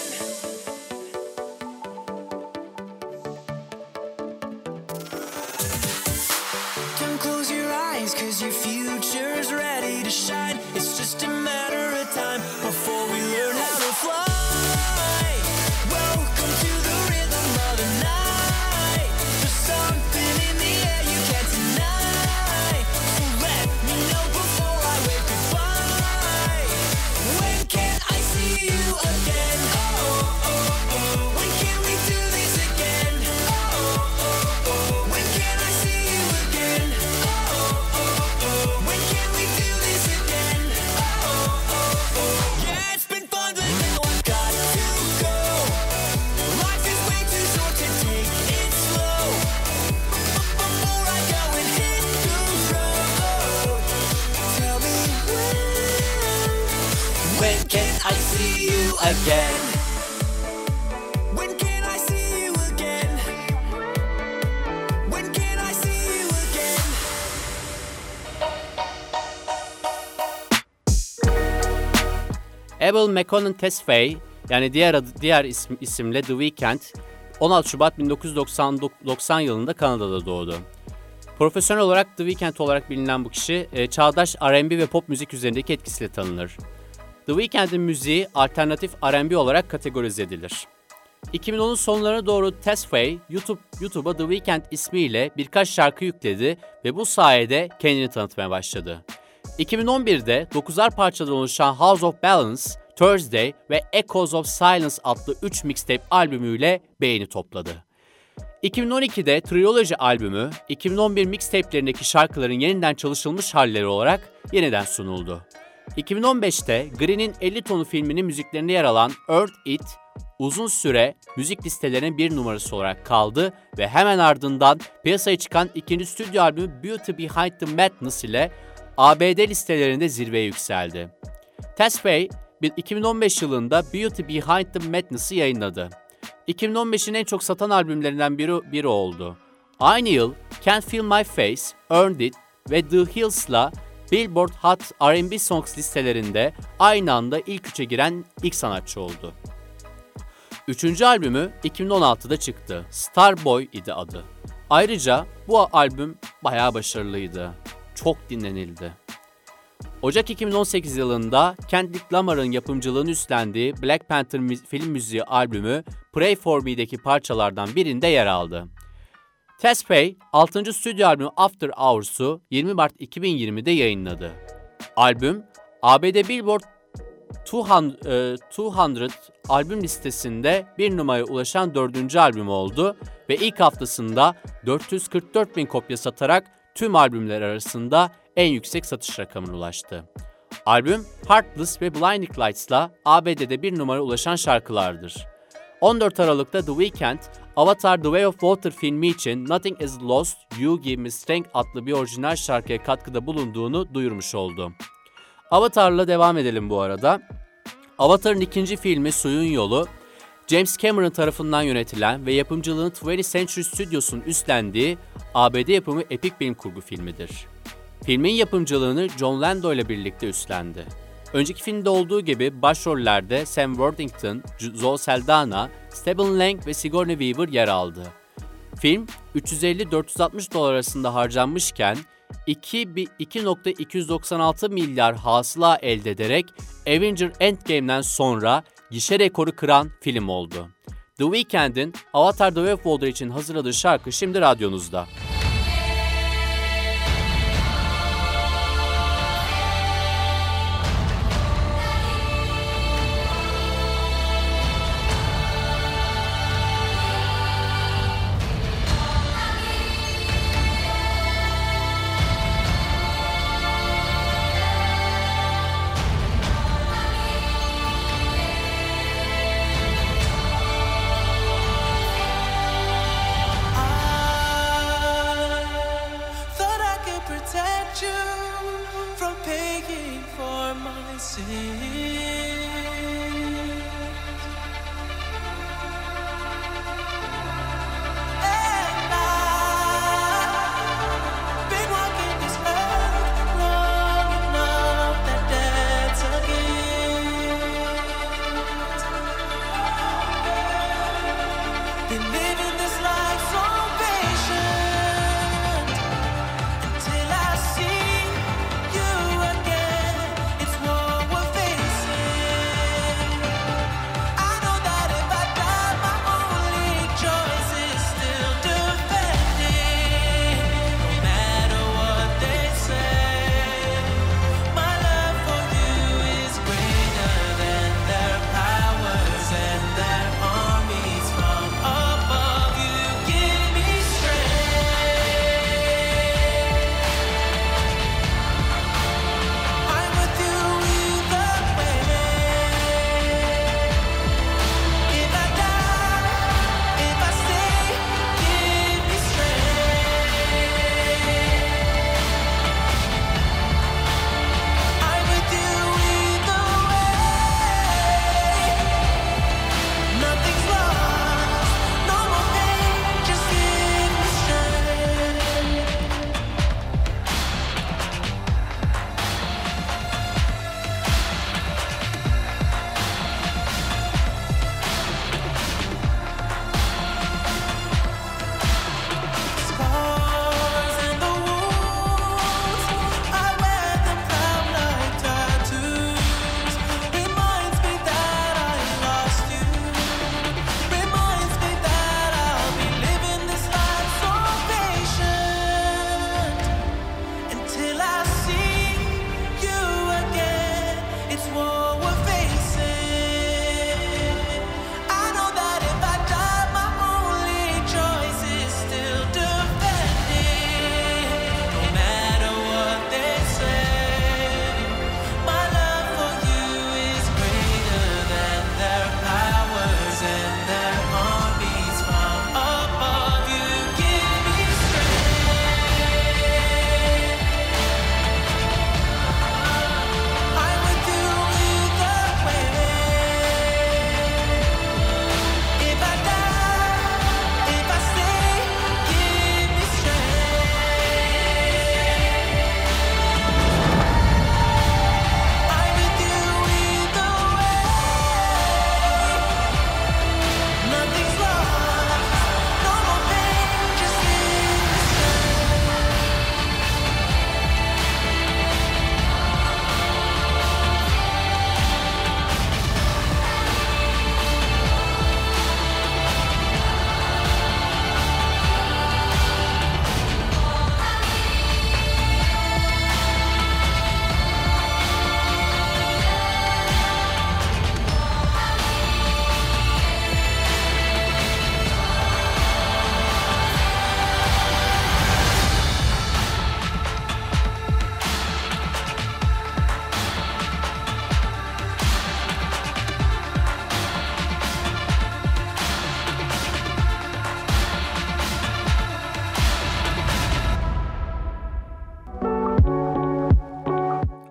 Don't close your eyes cause your future's ready to shine. It's just a matter of time before we learn how to fly. Welcome to the rhythm of the night. There's something in the air you can't deny. So let me know before I wave goodbye. When can I see you again? Oh, oh, oh. When can we do this again? Oh, oh, oh. When can I see you again? Oh, oh, oh. When can we do this again? Oh, oh, oh. Yeah, it's been fun, but now I've got to go. Life is way too short to take it slow. Before I go and hit the road, tell me when. When can I see you again? When can I see you again? When can I see you again? Abel McConnell Tesfaye, yani diğer adı, diğer isim, isimle The Weeknd, on altı Şubat bin dokuz yüz doksan yılında Kanada'da doğdu. Profesyonel olarak The Weeknd olarak bilinen bu kişi, e, çağdaş R and B ve pop müzik üzerindeki etkisiyle tanınır. The Weeknd'in müziği alternatif R and B olarak kategorize edilir. iki bin onun sonlarına doğru Tesfaye, YouTube, YouTube'a The Weeknd ismiyle birkaç şarkı yükledi ve bu sayede kendini tanıtmaya başladı. iki bin on birde dokuzar parçadan oluşan House of Balance, Thursday ve Echoes of Silence adlı üç mixtape albümüyle beğeni topladı. iki bin on ikide Trilogy albümü, iki bin on bir mixtape'lerindeki şarkıların yeniden çalışılmış halleri olarak yeniden sunuldu. iki bin on beşte Green'in elli tonu filminin müziklerinde yer alan Earth It, uzun süre müzik listelerinin bir numarası olarak kaldı ve hemen ardından piyasaya çıkan ikinci stüdyo albümü Beauty Behind the Madness ile A B D listelerinde zirveye yükseldi. Tesfaye, iki bin on beş yılında Beauty Behind the Madness'ı yayınladı. iki bin on beşin en çok satan albümlerinden biri, biri oldu. Aynı yıl Can't Feel My Face, Earned It ve The Hills'la Billboard Hot R and B Songs listelerinde aynı anda ilk üçe giren ilk sanatçı oldu. Üçüncü albümü iki bin on altıda çıktı. Starboy idi adı. Ayrıca bu albüm bayağı başarılıydı. Çok dinlenildi. Ocak iki bin on sekiz yılında Kendrick Lamar'ın yapımcılığını üstlendiği Black Panther mü- film müziği albümü Pray For Me'deki parçalardan birinde yer aldı. Tesfaye, altıncı stüdyo albümü After Hours'u yirmi Mart iki bin yirmide yayınladı. Albüm, A B D Billboard iki yüz albüm listesinde bir numaraya ulaşan dördüncü albüm oldu ve ilk haftasında dört yüz kırk dört bin kopya satarak tüm albümler arasında en yüksek satış rakamına ulaştı. Albüm, Heartless ve Blinding Lights'la A B D'de bir numara ulaşan şarkılardır. on dört Aralık'ta The Weeknd, Avatar The Way of Water filmi için Nothing Is Lost, You Give Me Strength adlı bir orijinal şarkıya katkıda bulunduğunu duyurmuş oldu. Avatar'la devam edelim bu arada. Avatar'ın ikinci filmi Suyun Yolu, James Cameron tarafından yönetilen ve yapımcılığını twentieth Century Studios'un üstlendiği A B D yapımı epik bilim kurgu filmidir. Filmin yapımcılığını John Lando ile birlikte üstlendi. Önceki filmde olduğu gibi başrollerde Sam Worthington, Zoe Saldana, Stephen Lang ve Sigourney Weaver yer aldı. Film üç yüz elli dört yüz altmış dolar arasında harcanmışken iki virgül iki yüz doksan altı milyar hasıla elde ederek Avenger Endgame'den sonra gişe rekoru kıran film oldu. The Weeknd'in Avatar The Way of Water için hazırladığı şarkı şimdi radyonuzda. Till I see you again, it's what we're facing.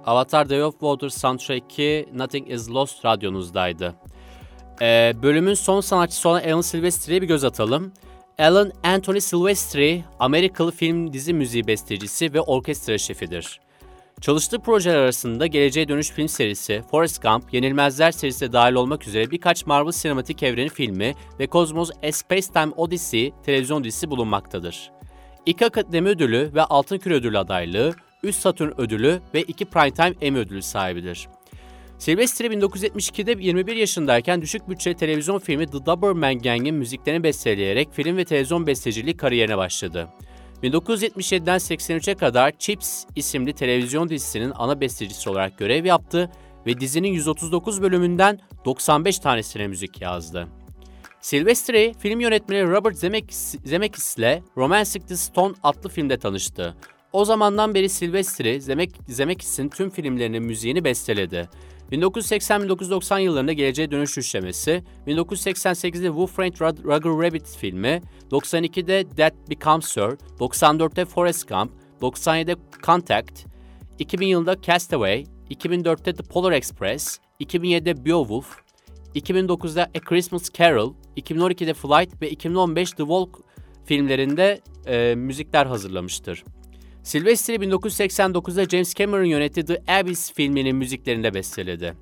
Avatar The Way of Water soundtrack'i Nothing Is Lost radyonuzdaydı. Ee, bölümün son sanatçısı olan Alan Silvestri'ye bir göz atalım. Alan Anthony Silvestri, Amerikalı film dizi müziği bestecisi ve orkestra şefidir. Çalıştığı projeler arasında Geleceğe Dönüş film serisi, Forrest Gump, Yenilmezler serisi de dahil olmak üzere birkaç Marvel Sinematik Evreni filmi ve Cosmos A Spacetime Odyssey televizyon dizisi bulunmaktadır. İki Akademi Ödülü ve Altın Küre Ödülü adaylığı, üç Saturn Ödülü ve iki Primetime Emmy Ödülü sahibidir. Silvestri bin dokuz yüz yetmiş ikide yirmi bir yaşındayken düşük bütçeli televizyon filmi The Doberman Gang'in müziklerini besteleyerek film ve televizyon besteciliği kariyerine başladı. bin dokuz yüz yetmiş yediden seksen üçe kadar Chips isimli televizyon dizisinin ana bestecisi olarak görev yaptı ve dizinin yüz otuz dokuz bölümünden doksan beş tanesine müzik yazdı. Silvestri, film yönetmeni Robert Zemeckis, Zemeckis ile Romancing the Stone adlı filmde tanıştı. O zamandan beri Silvestri, Zemek, Zemeckis'in tüm filmlerinin müziğini besteledi. bin dokuz yüz seksen - bin dokuz yüz doksan yıllarında Geleceğe Dönüş üçlemesi, bin dokuz yüz seksen sekizde Who Framed Roger Rabbit filmi, doksan ikide That Becomes Her, doksan dörtte Forrest Gump, doksan yedide Contact, iki bin yılında Castaway, iki bin dörtte The Polar Express, iki bin yedide Beowulf, iki bin dokuzda A Christmas Carol, iki bin on ikide Flight ve iki bin on beş The Walk filmlerinde e, müzikler hazırlamıştır. Silvestri bin dokuz yüz seksen dokuzda James Cameron yönettiği The Abyss filminin müziklerinde besteledi.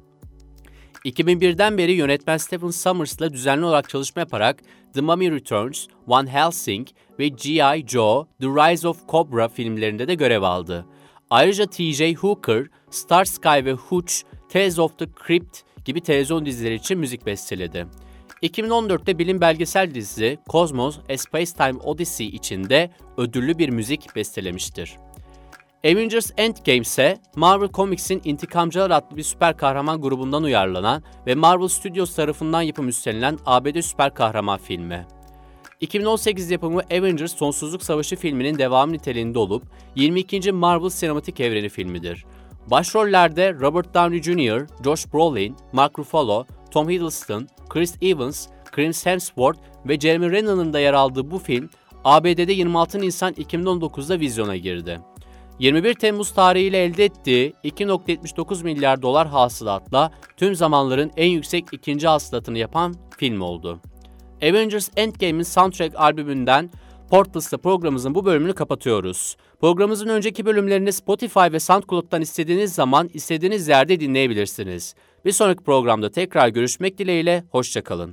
iki bin birden beri yönetmen Stephen Sommers'la düzenli olarak çalışma yaparak The Mummy Returns, Van Helsing ve G I. Joe, The Rise of Cobra filmlerinde de görev aldı. Ayrıca T J Hooker, Starsky ve Hutch, Tales of the Crypt gibi televizyon dizileri için müzik besteledi. iki bin on dörtte bilim belgesel dizisi Cosmos A Spacetime Odyssey için de ödüllü bir müzik bestelemiştir. Avengers Endgame ise Marvel Comics'in İntikamcılar adlı bir süper kahraman grubundan uyarlanan ve Marvel Studios tarafından yapım üstlenilen A B D süper kahraman filmi. iki bin on sekiz yapımı Avengers Sonsuzluk Savaşı filminin devamı niteliğinde olup yirmi ikinci Marvel Sinematik Evreni filmidir. Başrollerde Robert Downey Junior, Josh Brolin, Mark Ruffalo, Tom Hiddleston, Chris Evans, Chris Hemsworth ve Jeremy Renner'ın da yer aldığı bu film, A B D'de yirmi altı Nisan iki bin on dokuzda vizyona girdi. yirmi bir Temmuz tarihiyle elde ettiği iki virgül yetmiş dokuz milyar dolar hasılatla tüm zamanların en yüksek ikinci hasılatını yapan film oldu. Avengers Endgame'in soundtrack albümünden Portless'ta programımızın bu bölümünü kapatıyoruz. Programımızın önceki bölümlerini Spotify ve SoundCloud'dan istediğiniz zaman istediğiniz yerde dinleyebilirsiniz. Bir sonraki programda tekrar görüşmek dileğiyle, hoşça kalın.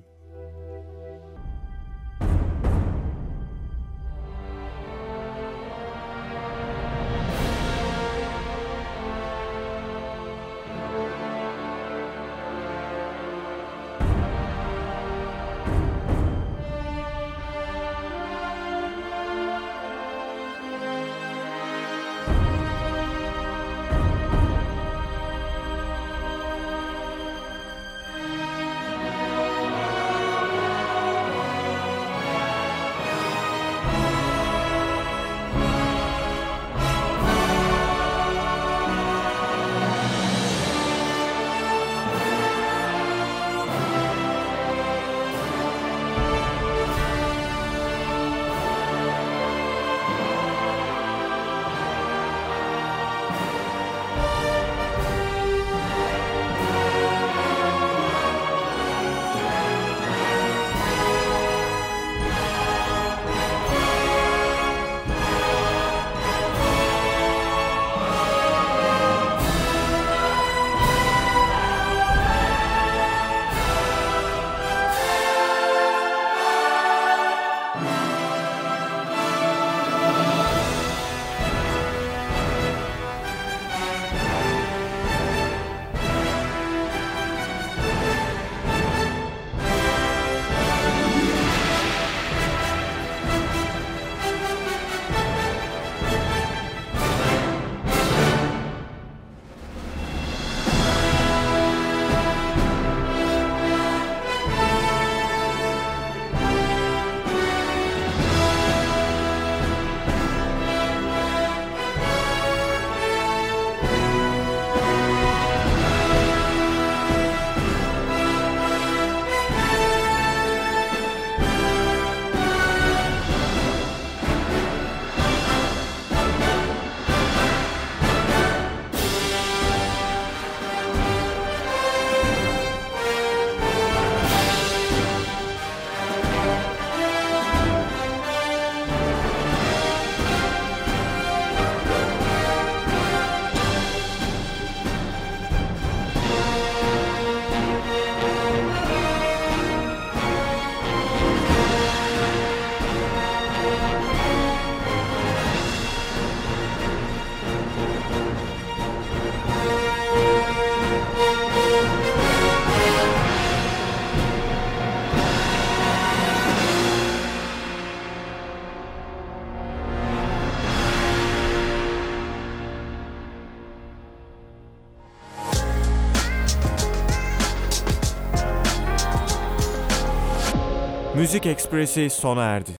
Müzik Ekspresi sona erdi.